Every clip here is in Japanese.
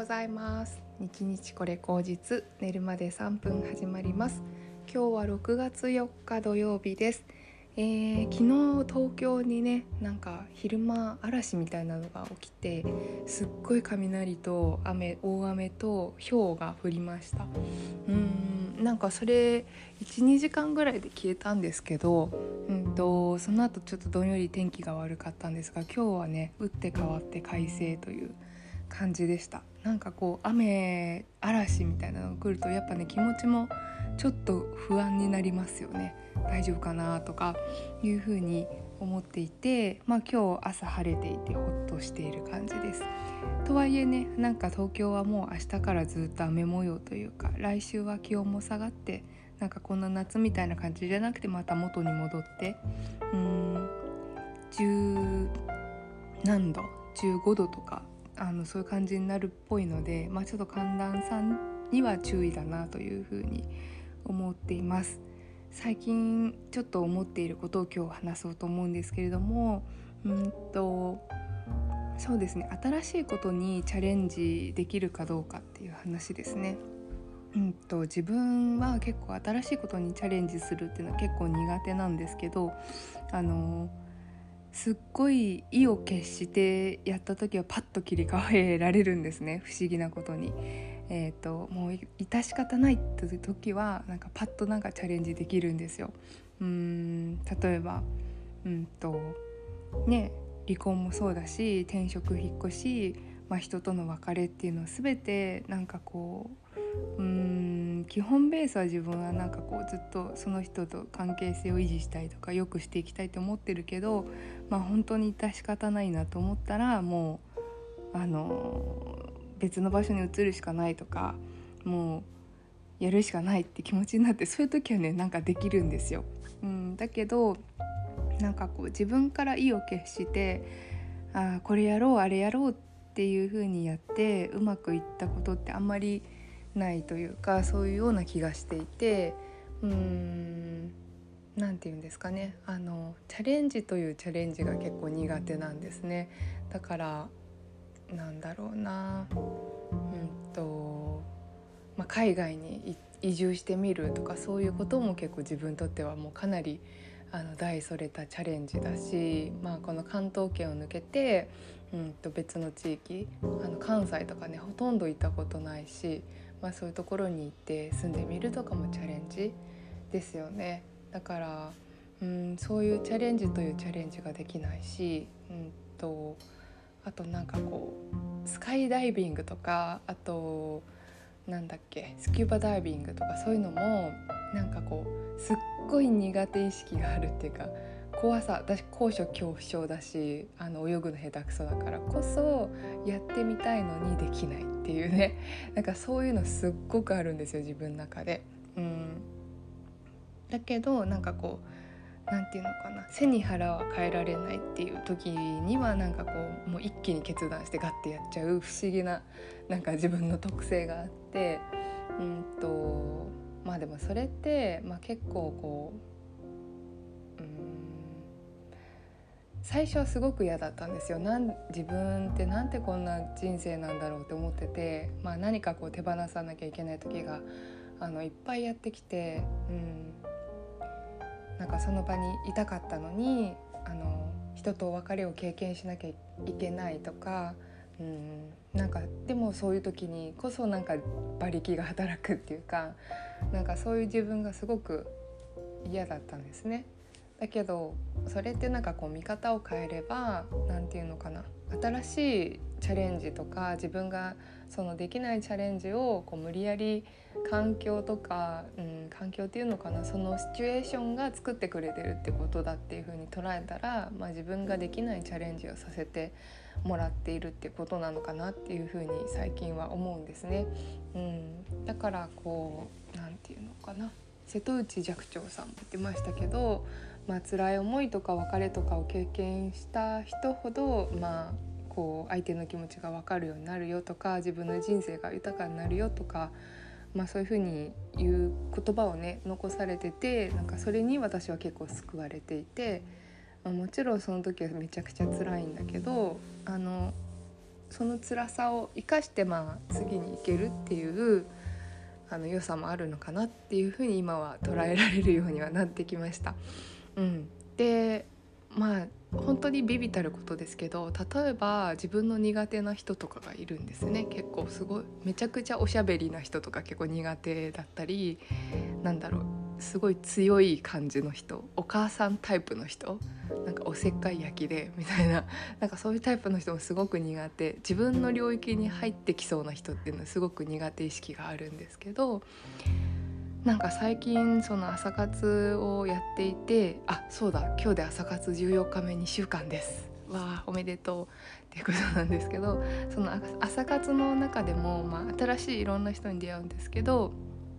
ございます。日々これ口実、寝るまで3分始まります。今日は6月4日土曜日です。昨日東京にね、なんか昼間嵐みたいなのが起きて、すっごい雷と大雨と雹が降りました。なんかそれ 1,2 時間ぐらいで消えたんですけど、その後ちょっとどんより天気が悪かったんですが、今日はね打って変わって快晴という感じでした。なんかこう雨嵐みたいなのが来るとやっぱね、気持ちもちょっと不安になりますよね。大丈夫かなとかいうふうに思っていて、今日朝晴れていてほっとしている感じです。とはいえね、なんか東京はもう明日からずっと雨模様というか、来週は気温も下がって、なんかこんな夏みたいな感じじゃなくて、また元に戻って10何度15度とかそういう感じになるっぽいので、ちょっと寒暖差には注意だなというふうに思っています。最近ちょっと思っていることを今日話そうと思うんですけれども、そうですね、新しいことにチャレンジできるかどうかっていう話ですね。自分は結構新しいことにチャレンジするっていうのは結構苦手なんですけど、すっごい意を決してやった時はパッと切り替えられるんですね、不思議なことに。もう致し方ないって時はなんかパッとなんかチャレンジできるんですよ。例えばね、離婚もそうだし、転職引っ越し、人との別れっていうのは全てなんかこう基本ベースは自分はなんかこうずっとその人と関係性を維持したいとか良くしていきたいと思ってるけど、本当に致し方ないなと思ったらもう別の場所に移るしかないとか、もうやるしかないって気持ちになって、そういう時はねなんかできるんですよ。だけどなんかこう自分から意を決してこれやろうあれやろうっていう風にやってうまくいったことってあんまりないというか、そういうような気がしていて、なんていうんですかね、チャレンジというチャレンジが結構苦手なんですね。だからなんだろうな、海外に移住してみるとか、そういうことも結構自分にとってはもうかなり大それたチャレンジだし、この関東圏を抜けて、別の地域、関西とかねほとんど行ったことないし、そういうところに行って住んでみるとかもチャレンジですよね。だからそういうチャレンジというチャレンジができないし、あとなんかこうスカイダイビングとか、あとなんだっけスキューバダイビングとか、そういうのもなんかこうすっごい苦手意識があるっていうか、怖さ、私高所恐怖症だし、泳ぐの下手くそだからこそやってみたいのにできないっていうね、なんかそういうのすっごくあるんですよ自分の中で。だけどなんかこうなんていうのかな、背に腹は変えられないっていう時にはなんかこうもう一気に決断してガッてやっちゃう不思議ななんか自分の特性があって、でもそれって、結構こう最初はすごく嫌だったんですよ。自分ってなんてこんな人生なんだろうって思ってて、何かこう手放さなきゃいけない時がいっぱいやってきて、なんかその場にいたかったのに人と別れを経験しなきゃいけないとか、なんかでもそういう時にこそなんか馬力が働くっていうか、なんかそういう自分がすごく嫌だったんですね。だけどそれってなんかこう見方を変えれば、なんていうのかな、新しいチャレンジとか自分がそのできないチャレンジをこう無理やり環境とか、環境っていうのかな、そのシチュエーションが作ってくれてるってことだっていう風に捉えたら、自分ができないチャレンジをさせてもらっているってことなのかなっていう風に最近は思うんですね。だからこうなんていうのかな、瀬戸内寂聴さんも言ってましたけど、辛い思いとか別れとかを経験した人ほど、こう相手の気持ちが分かるようになるよとか、自分の人生が豊かになるよとか、そういうふうに言う言葉をね残されてて、なんかそれに私は結構救われていて、もちろんその時はめちゃくちゃ辛いんだけど、 その辛さを生かして次に行けるっていう良さもあるのかなっていうふうに今は捉えられるようにはなってきました。で本当に微々たることですけど、例えば自分の苦手な人とかがいるんですね。結構すごいめちゃくちゃおしゃべりな人とか結構苦手だったり、すごい強い感じの人、お母さんタイプの人、おせっかい焼きでみたいな、そういうタイプの人もすごく苦手、自分の領域に入ってきそうな人っていうのはすごく苦手意識があるんですけど、最近その朝活をやっていて、そうだ、今日で朝活14日目2週間です、わーおめでとうっていうことなんですけど、その朝活の中でも、新しいいろんな人に出会うんですけど、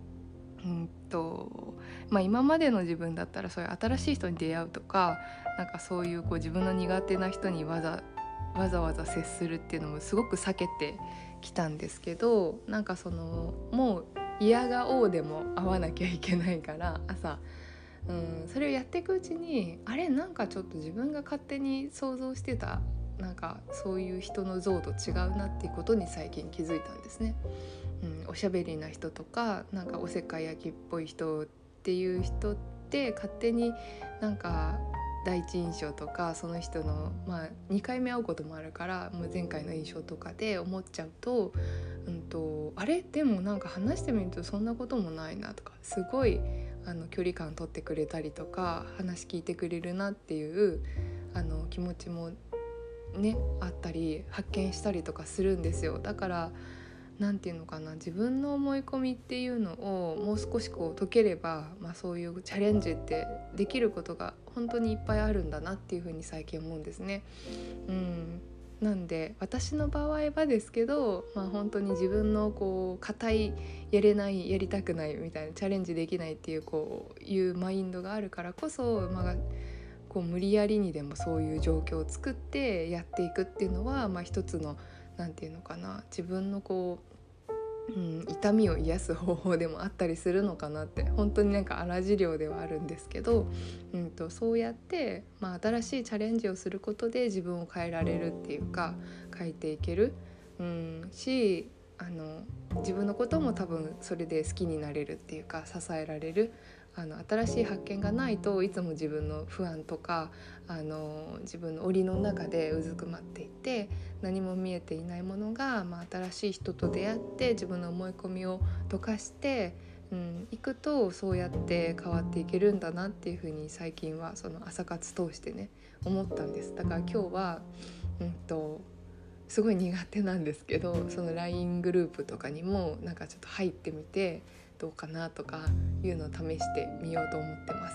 今までの自分だったらそういう新しい人に出会うとか、そういう自分の苦手な人にわざわざ接するっていうのもすごく避けてきたんですけど、もう嫌がおうでも会わなきゃいけないから朝、それをやっていくうちにちょっと自分が勝手に想像してたそういう人の像と違うなっていうことに最近気づいたんですね。おしゃべりな人とかおせっかい焼きっぽい人っていう人って勝手に第一印象とかその人の、2回目会うこともあるからもう前回の印象とかで思っちゃうと、あれでも話してみるとそんなこともないなとか、すごい距離感取ってくれたりとか話聞いてくれるなっていう気持ちもねあったり発見したりとかするんですよ。だから自分の思い込みっていうのをもう少し解ければ、そういうチャレンジってできることが本当にいっぱいあるんだなっていうふうに最近思うんですね。なんで私の場合はですけど、本当に自分の固いやれないやりたくないみたいなチャレンジできないっていういうマインドがあるからこそ、無理やりにでもそういう状況を作ってやっていくっていうのは、一つの自分の痛みを癒す方法でもあったりするのかなって、本当に荒治療ではあるんですけど、そうやって、新しいチャレンジをすることで自分を変えられるっていうか変えていける、し自分のことも多分それで好きになれるっていうか支えられる、新しい発見がないといつも自分の不安とか自分の檻の中でうずくまっていて何も見えていないものが、新しい人と出会って自分の思い込みを溶かしていくと、そうやって変わっていけるんだなっていうふうに最近はその朝活通してね思ったんです。だから今日はすごい苦手なんですけど、その LINE グループとかにもちょっと入ってみてどうかなとかいうのを試してみようと思ってます。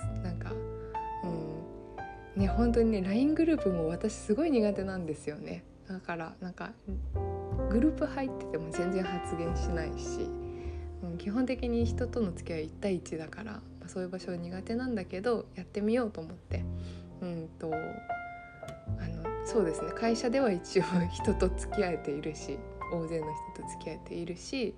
本当にね LINE グループも私すごい苦手なんですよね。だからグループ入ってても全然発言しないし、基本的に人との付き合い1対1だから、そういう場所苦手なんだけどやってみようと思ってそうですね、会社では一応人と付き合えているし大勢の人と付き合えているし、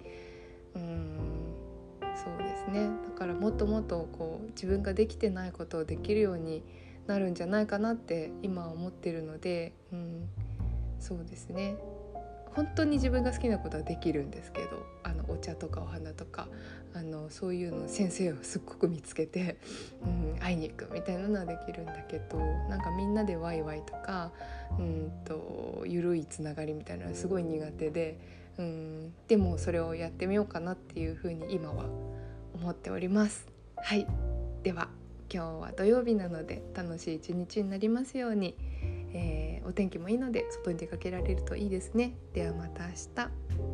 そうですね、だからもっともっと自分ができてないことをできるようになるんじゃないかなって今は思ってるので、そうですね、本当に自分が好きなことはできるんですけど、お茶とかお花とかそういうの先生をすっごく見つけて、会いに行くみたいなのはできるんだけど、みんなでワイワイとかゆるいつながりみたいなのはすごい苦手で、でもそれをやってみようかなっていうふうに今は思っております。はい、では今日は土曜日なので楽しい一日になりますように、お天気もいいので外に出かけられるといいですね。ではまた明日。